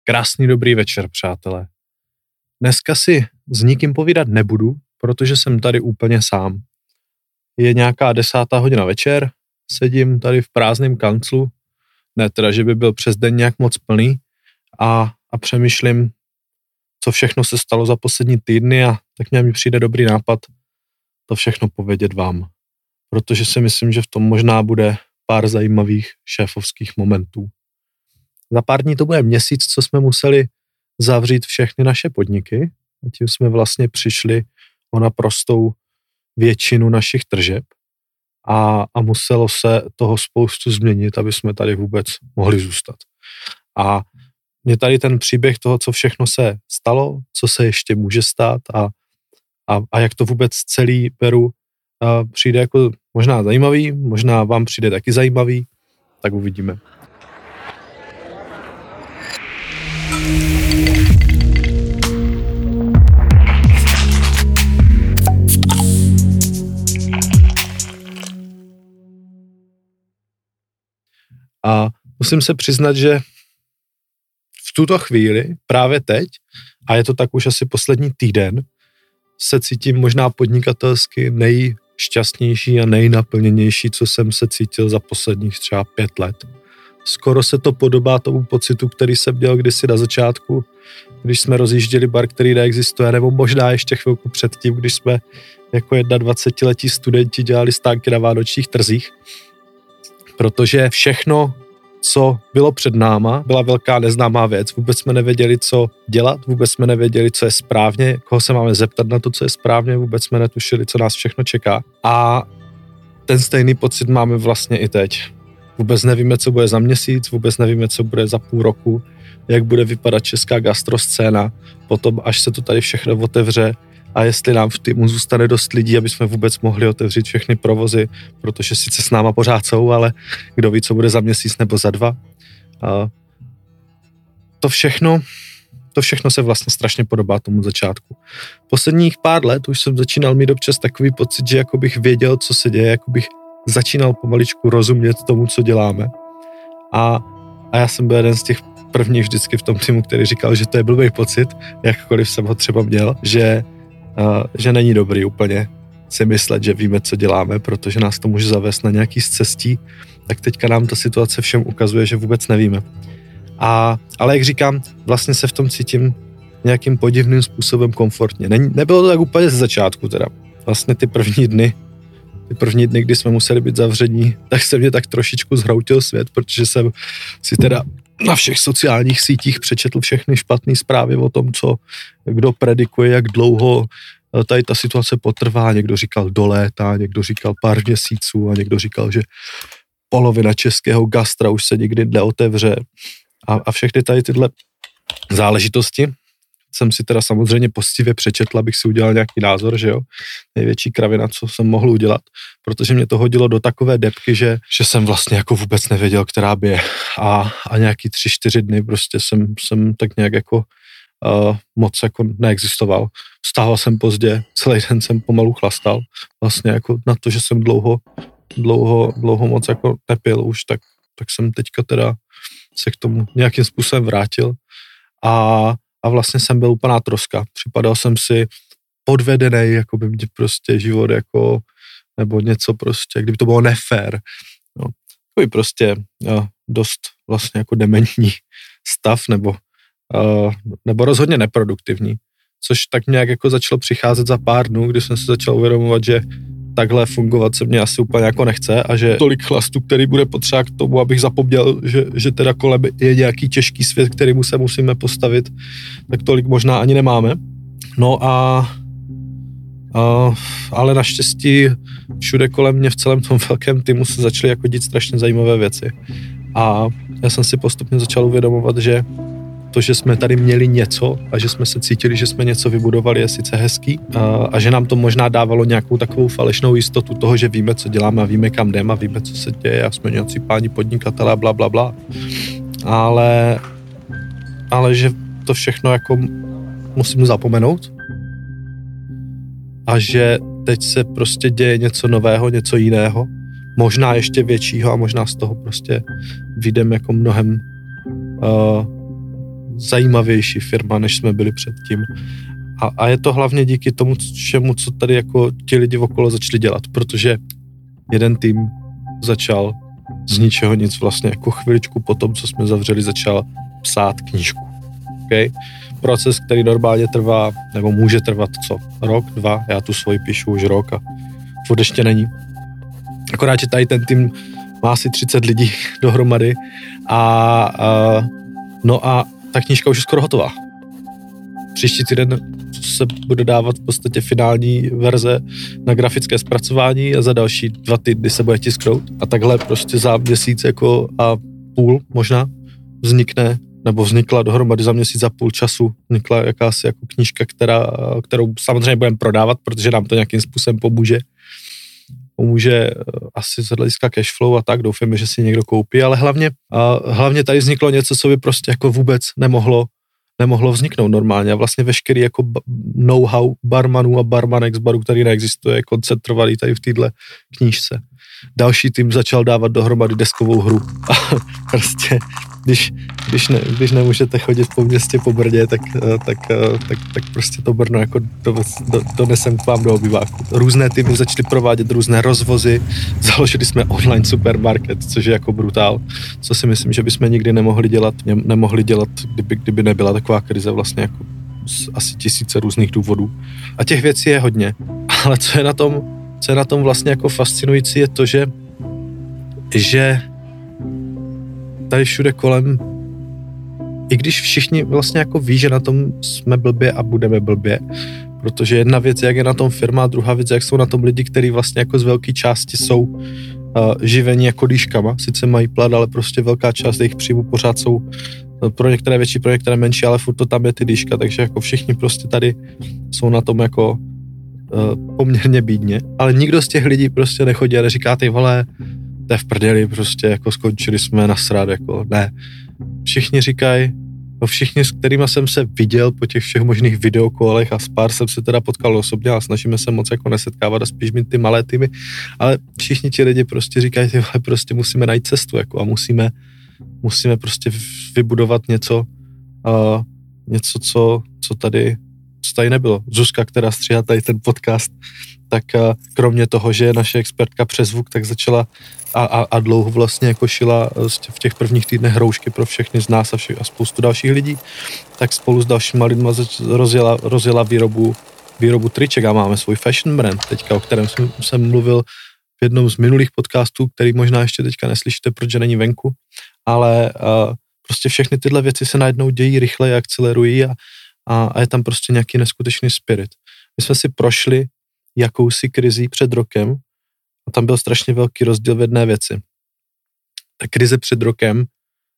Krásný dobrý večer, přátelé. Dneska si s nikým povídat nebudu, protože jsem tady úplně sám. Je nějaká 10. hodina večer, sedím tady v prázdném kanclu, ne teda, že by byl přes den nějak moc plný a přemýšlím, co všechno se stalo za poslední týdny a tak mi přijde dobrý nápad to všechno povědět vám. Protože si myslím, že v tom možná bude pár zajímavých šéfovských momentů. Za pár dní to bude měsíc, co jsme museli zavřít všechny naše podniky a tím jsme vlastně přišli o naprostou většinu našich tržeb a muselo se toho spoustu změnit, aby jsme tady vůbec mohli zůstat. A mě tady ten příběh toho, co všechno se stalo, co se ještě může stát a jak to vůbec celý beru, přijde jako možná zajímavý, možná vám přijde taky zajímavý, tak uvidíme. A musím se přiznat, že v tuto chvíli, právě teď, a je to tak už asi poslední týden, se cítím možná podnikatelsky nejšťastnější a nejnaplněnější, co jsem se cítil za posledních třeba 5 let. Skoro se to podobá tomu pocitu, který jsem měl kdysi na začátku, když jsme rozjížděli bar, který neexistuje, nebo možná ještě chvilku předtím, když jsme jako 21letí studenti dělali stánky na vánočních trzích. Protože všechno, co bylo před náma, byla velká neznámá věc. Vůbec jsme nevěděli, co dělat, vůbec jsme nevěděli, co je správně, koho se máme zeptat na to, co je správně, vůbec jsme netušili, co nás všechno čeká. A ten stejný pocit máme vlastně i teď. Vůbec nevíme, co bude za měsíc, vůbec nevíme, co bude za půl roku, jak bude vypadat česká gastroscéna, potom až se to tady všechno otevře a jestli nám v týmu zůstane dost lidí, aby jsme vůbec mohli otevřít všechny provozy, protože sice s náma pořád jsou, ale kdo ví, co bude za měsíc nebo za 2. A to všechno se vlastně strašně podobá tomu začátku. Posledních pár let už jsem začínal mít občas takový pocit, že jako bych věděl, co se děje, jako bych začínal pomaličku rozumět tomu, co děláme. A já jsem byl jeden z těch prvních vždycky v tom týmu, který říkal, že to je blbý pocit, jakkoliv jsem ho třeba měl, že není dobrý úplně si myslet, že víme, co děláme, protože nás to může zavést na nějaký scestí, tak teďka nám ta situace všem ukazuje, že vůbec nevíme. Ale jak říkám, vlastně se v tom cítím nějakým podivným způsobem komfortně. Nebylo to tak úplně ze začátku teda. Vlastně ty první dny, kdy jsme museli být zavření, tak se mě tak trošičku zhroutil svět, protože jsem si teda na všech sociálních sítích přečetl všechny špatné zprávy o tom, kdo predikuje, jak dlouho tady ta situace potrvá. Někdo říkal do léta, někdo říkal pár měsíců a někdo říkal, že polovina českého gastra už se nikdy neotevře. A všechny tady tyhle záležitosti jsem si teda samozřejmě poctivě přečetl, abych si udělal nějaký názor, že jo. Největší kravina, co jsem mohl udělat, protože mě to hodilo do takové depky, že jsem vlastně jako vůbec nevěděl, která by je. A nějaký 3-4 dny prostě jsem tak nějak jako moc jako neexistoval. Vstával jsem pozdě, celý den jsem pomalu chlastal. Vlastně jako na to, že jsem dlouho moc jako nepil už, tak jsem teďka teda se k tomu nějakým způsobem vrátil a vlastně jsem byl úplná troska. Připadal jsem si podvedenej, jako by mě prostě život jako, nebo něco prostě, kdyby to bylo nefér. No, takový prostě dost vlastně jako dementní stav, nebo rozhodně neproduktivní, což tak nějak jako začalo přicházet za pár dnů, kdy jsem se začal uvědomovat, že takhle fungovat se mě asi úplně jako nechce a že tolik chlastu, který bude potřeba k tomu, abych zapomněl, že teda kolem je nějaký těžký svět, kterému se musíme postavit, tak tolik možná ani nemáme. No ale naštěstí všude kolem mě v celém tom velkém týmu se začaly jako dít strašně zajímavé věci. A já jsem si postupně začal uvědomovat, že to, že jsme tady měli něco a že jsme se cítili, že jsme něco vybudovali, je sice hezký a že nám to možná dávalo nějakou takovou falešnou jistotu toho, že víme, co děláme a víme, kam jdeme a víme, co se děje a jsme nějací páni podnikatelé a blablabla. Ale že to všechno jako musím zapomenout a že teď se prostě děje něco nového, něco jiného, možná ještě většího a možná z toho prostě vyjdeme jako mnohem zajímavější firma, než jsme byli předtím. A je to hlavně díky tomu všemu, co tady jako ti lidi okolo začali dělat, protože jeden tým začal z ničeho nic vlastně jako chviličku potom, co jsme zavřeli, začal psát knížku. Okay? Proces, který normálně trvá, nebo může trvat co? Rok, 2, já tu svoji píšu už rok a furt ještě není. Akorát, že tady ten tým má asi 30 lidí dohromady a ta knížka už je skoro hotová. Příští týden se bude dávat v podstatě finální verze na grafické zpracování a za další 2 týdny se bude tisknout a takhle prostě za měsíc jako a půl možná vznikla dohromady za měsíc a půl času vznikla jakási jako knížka, kterou samozřejmě budeme prodávat, protože nám to nějakým způsobem pomůže asi z hlediska cashflow a tak, doufáme, že si někdo koupí, ale hlavně tady vzniklo něco, co by prostě jako vůbec nemohlo vzniknout normálně a vlastně veškerý jako know-how barmanů a barmanek z baru, který neexistuje, je koncentrovaný tady v téhle knížce. Další tým začal dávat dohromady deskovou hru a prostě když nemůžete chodit po městě po Brně, tak prostě to Brno jako donesem k vám do obyváku. Různé týmy začaly provádět různé rozvozy, založili jsme online supermarket, což je jako brutál, co si myslím, že bychom nikdy nemohli dělat, kdyby nebyla taková krize vlastně jako asi tisíce různých důvodů. A těch věcí je hodně. Ale co je na tom vlastně jako fascinující, je to, že tady všude kolem, i když všichni vlastně jako ví, že na tom jsme blbě a budeme blbě, protože jedna věc, jak je na tom firma, a druhá věc, jak jsou na tom lidi, kteří vlastně jako z velké části jsou živení jako dýškama, sice mají plat, ale prostě velká část jejich příjmů pořád jsou pro některé větší, pro některé menší, ale furt to tam je ty dýška, takže jako všichni prostě tady jsou na tom jako poměrně bídně, ale nikdo z těch lidí prostě nechodí a neříká, ty vole, to je v prdeli, prostě jako skončili jsme nasrát, jako ne. Všichni říkají, všichni, s kterýma jsem se viděl po těch všech možných videokolech a s pár jsem se teda potkal osobně a snažíme se moc jako nesetkávat a spíš mít ty malé týmy, ale všichni ti lidi prostě říkají, ty vole, prostě musíme najít cestu jako a musíme prostě vybudovat něco, co tady nebylo. Zuzka, která stříhá tady ten podcast, tak kromě toho, že je naše expertka přes zvuk, tak začala a dlouho vlastně jako šila v těch prvních týdnech roušky pro všechny z nás a spoustu dalších lidí, tak spolu s dalšíma lidma rozjela výrobu triček a máme svůj fashion brand teďka, o kterém jsem mluvil v jednom z minulých podcastů, který možná ještě teďka neslyšíte, protože není venku, ale prostě všechny tyhle věci se najednou dějí rychle, akcelerují a je tam prostě nějaký neskutečný spirit. My jsme si prošli jakousi krizí před rokem a tam byl strašně velký rozdíl v jedné věci. Ta krize před rokem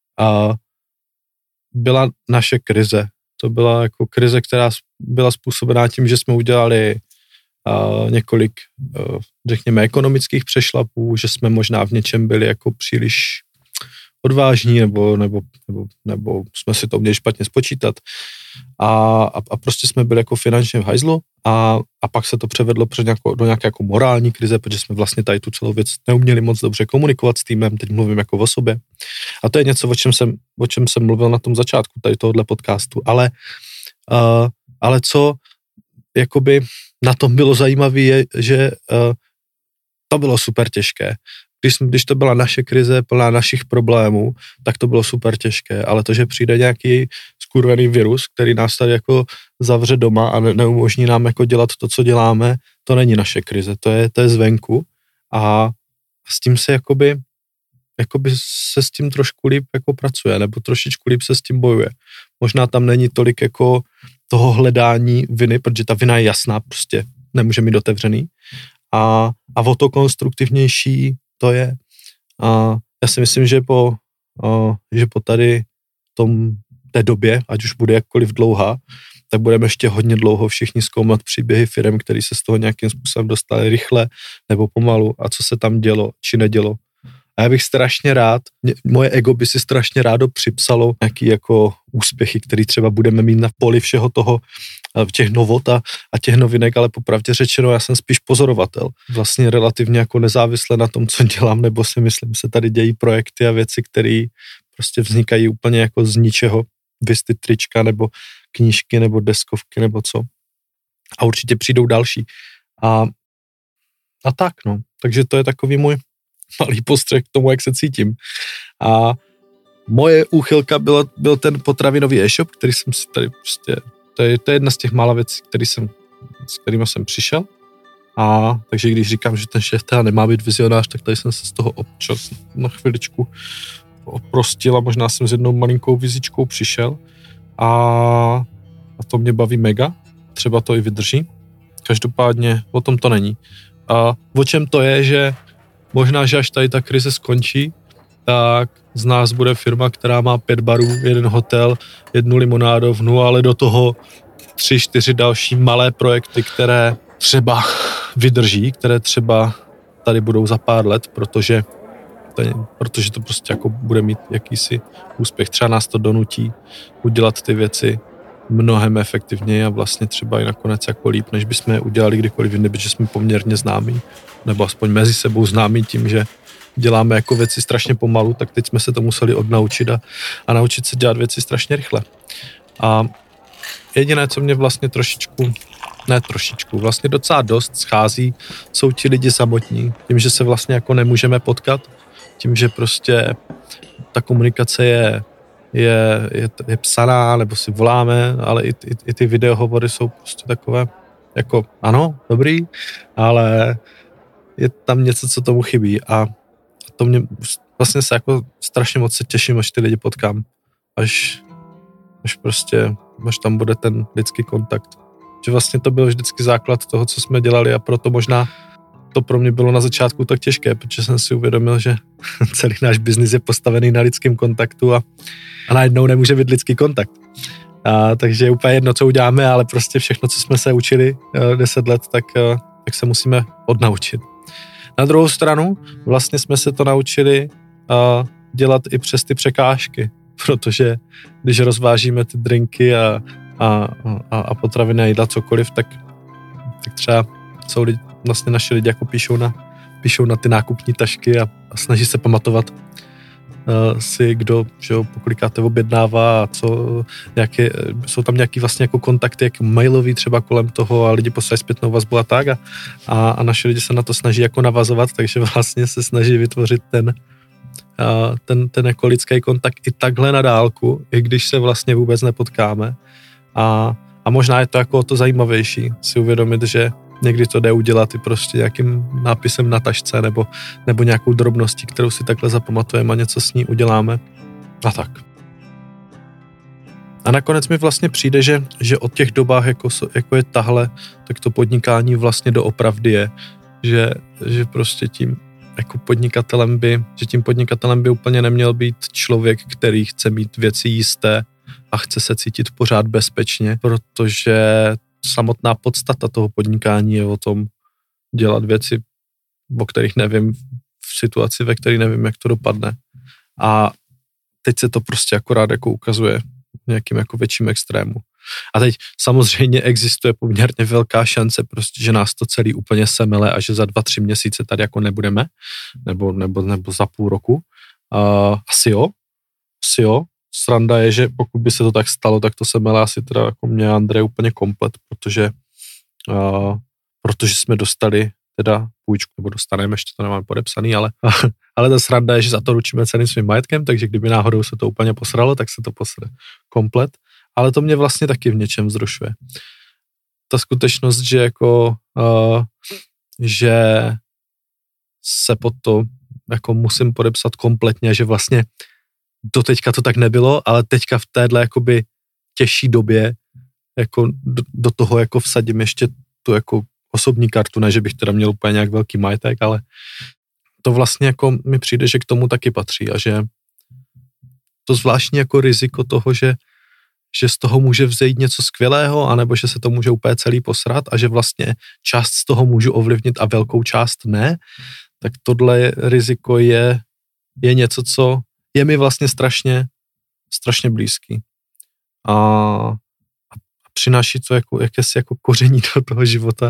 byla naše krize. To byla jako krize, která byla způsobená tím, že jsme udělali několik, řekněme, ekonomických přešlapů, že jsme možná v něčem byli jako příliš odvážní, nebo jsme si to měli špatně spočítat a prostě jsme byli jako finančně v hajzlu a pak se to převedlo do nějaké jako morální krize, protože jsme vlastně tady tu celou věc neuměli moc dobře komunikovat s týmem, teď mluvím jako o sobě. A to je něco, o čem jsem mluvil na tom začátku tady tohohle podcastu, ale co jakoby na tom bylo zajímavé je, že to bylo super těžké. Když to byla naše krize, plná našich problémů, tak to bylo super těžké, ale to, že přijde nějaký skurvený virus, který nás tady jako zavře doma a neumožní nám jako dělat to, co děláme, to není naše krize, to je zvenku a s tím se jakoby se s tím trošku líp jako pracuje, nebo trošičku líp se s tím bojuje. Možná tam není tolik jako toho hledání viny, protože ta vina je jasná, prostě nemůže mít otevřený a o to konstruktivnější to je. Já si myslím, že po tady té době, ať už bude jakkoliv dlouhá, tak budeme ještě hodně dlouho všichni zkoumat příběhy firem, který se z toho nějakým způsobem dostali rychle nebo pomalu a co se tam dělo či nedělo. A já bych strašně rád, moje ego by si strašně rádo připsalo nějaký jako úspěchy, který třeba budeme mít na poli všeho toho, těch novot a těch novinek, ale popravdě řečeno, já jsem spíš pozorovatel. Vlastně relativně jako nezávisle na tom, co dělám, nebo si myslím, se tady dějí projekty a věci, které prostě vznikají úplně jako z ničeho vysty trička, nebo knížky, nebo deskovky, nebo co. A určitě přijdou další. A tak, no. Takže to je takový můj malý postřeh k tomu, jak se cítím. A moje úchylka byl ten potravinový e-shop, který jsem si tady prostě, to je jedna z těch mála věcí, s kterými jsem přišel. A takže když říkám, že ten šéf teda nemá být vizionář, tak tady jsem se z toho občas na chviličku oprostil a možná jsem s jednou malinkou vizičkou přišel. A to mě baví mega. Třeba to i vydrží. Každopádně o tom to není. A o čem to je, že možná, že až tady ta krize skončí, tak z nás bude firma, která má 5 barů, 1 hotel, 1 limonádovnu, ale do toho 3-4 další malé projekty, které třeba vydrží, které třeba tady budou za pár let, protože to prostě jako bude mít jakýsi úspěch. Třeba nás to donutí udělat ty věci mnohem efektivněji a vlastně třeba i nakonec jako líp, než bychom je udělali kdykoliv jinde, protože jsme poměrně známí, nebo aspoň mezi sebou známí tím, že děláme jako věci strašně pomalu, tak teď jsme se to museli odnaučit a naučit se dělat věci strašně rychle. A jediné, co mě vlastně vlastně docela dost schází, jsou ti lidi samotní. Tím, že se vlastně jako nemůžeme potkat, tím, že prostě ta komunikace je psaná, nebo si voláme, ale i ty videohovory jsou prostě takové, jako ano, dobrý, ale je tam něco, co tomu chybí a to mě vlastně se jako strašně moc se těším, až ty lidi potkám, až tam bude ten lidský kontakt. Že vlastně to byl vždycky základ toho, co jsme dělali a proto možná to pro mě bylo na začátku tak těžké, protože jsem si uvědomil, že celý náš biznis je postavený na lidském kontaktu a najednou nemůže být lidský kontakt. Takže je úplně jedno, co uděláme, ale prostě všechno, co jsme se učili 10 let, tak se musíme odnaučit. Na druhou stranu vlastně jsme se to naučili dělat i přes ty překážky, protože když rozvážíme ty drinky a potraviny a jídla, cokoliv, tak třeba jsou vlastně naši lidi jako píšou na ty nákupní tašky a snaží se pamatovat si, kdo, že jo, pokolikáte objednává a jsou tam nějaký vlastně jako kontakty, jako mailový třeba kolem toho a lidi posílají zpětnou vazbu a tak a naši lidi se na to snaží jako navazovat, takže vlastně se snaží vytvořit ten jako lidský kontakt i takhle na dálku, i když se vlastně vůbec nepotkáme a možná je to jako to zajímavější si uvědomit, že někdy to jde udělat i prostě nějakým nápisem na tašce nebo nějakou drobností, kterou si takhle zapamatujeme a něco s ní uděláme a tak. A nakonec mi vlastně přijde, že od těch dobách, jako je tahle, tak to podnikání vlastně doopravdy je, že prostě tím podnikatelem by úplně neměl být člověk, který chce mít věci jisté a chce se cítit pořád bezpečně, protože samotná podstata toho podnikání je o tom dělat věci, o kterých nevím, v situaci, ve které nevím, jak to dopadne. A teď se to prostě akorát jako ukazuje v nějakým jako větším extrému. A teď samozřejmě existuje poměrně velká šance, prostě, že nás to celý úplně semele a že za 2-3 měsíce tady jako nebudeme, nebo za půl roku. Asi jo. Sranda je, že pokud by se to tak stalo, tak to semele asi teda jako mě Andrej úplně komplet, protože jsme dostali teda půjčku, nebo dostaneme, ještě to nemám podepsaný, ale ta sranda je, že za to ručíme celým svým majetkem, takže kdyby náhodou se to úplně posralo, tak se to posre komplet. Ale to mě vlastně taky v něčem vzrušuje. Ta skutečnost, že že se pod to jako musím podepsat kompletně, že vlastně doteďka to tak nebylo, ale teďka v téhle jakoby těžší době jako do toho jako vsadím ještě tu jako osobní kartu, ne, že bych teda měl úplně nějak velký majetek, ale to vlastně jako mi přijde, že k tomu taky patří a že to zvláštní jako riziko toho, že z toho může vzejít něco skvělého, anebo že se to může úplně celý posrat a že vlastně část z toho můžu ovlivnit a velkou část ne, tak tohle riziko je něco, co je mi vlastně strašně blízký. A přináší to jakési jako koření do toho života,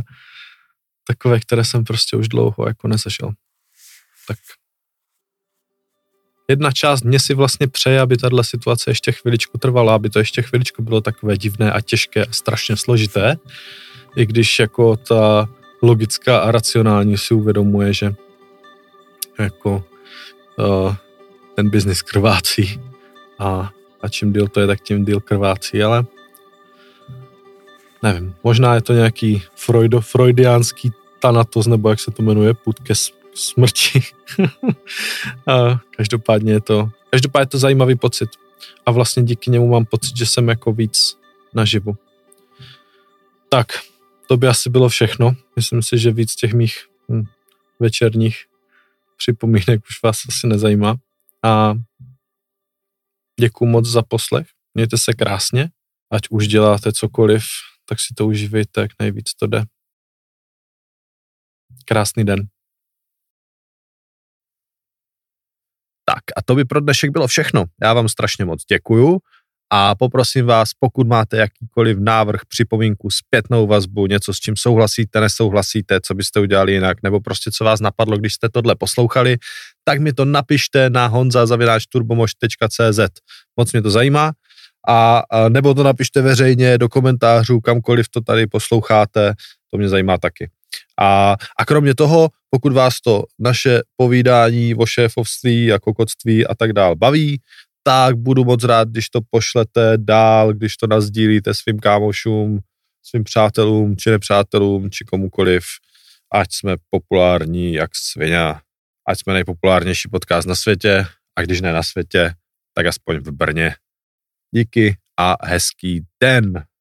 takové, které jsem prostě už dlouho jako nezažil. Tak jedna část mě si vlastně přeje, aby tahle situace ještě chviličku trvala, aby to ještě chviličku bylo takové divné a těžké a strašně složité, i když jako ta logická a racionální si uvědomuje, že jako ten biznis krvácí a čím díl to je, tak tím díl krvácí, ale nevím, možná je to nějaký freudiánský Thanatos, nebo jak se to jmenuje, put ke smrti. Každopádně je to zajímavý pocit. A vlastně díky němu mám pocit, že jsem jako víc naživu. Tak, to by asi bylo všechno. Myslím si, že víc těch mých večerních připomínek už vás asi nezajímá. A děkuju moc za poslech. Mějte se krásně. Ať už děláte cokoliv, tak si to užívejte, jak nejvíc to jde. Krásný den. Tak a to by pro dnešek bylo všechno. Já vám strašně moc děkuju a poprosím vás, pokud máte jakýkoliv návrh, připomínku, zpětnou vazbu, něco, s čím souhlasíte, nesouhlasíte, co byste udělali jinak, nebo prostě co vás napadlo, když jste tohle poslouchali, tak mi to napište na honza@turbomož.cz. Moc mě to zajímá. A nebo to napište veřejně do komentářů, kamkoliv to tady posloucháte, to mě zajímá taky. A kromě toho, pokud vás to naše povídání o šéfovství a kokotství a tak dál baví, tak budu moc rád, když to pošlete dál, když to nasdílíte svým kámošům, svým přátelům, či nepřátelům, či komukoliv, ať jsme populární jak svině, ať jsme nejpopulárnější podcast na světě, a když ne na světě, tak aspoň v Brně. Díky a hezký den.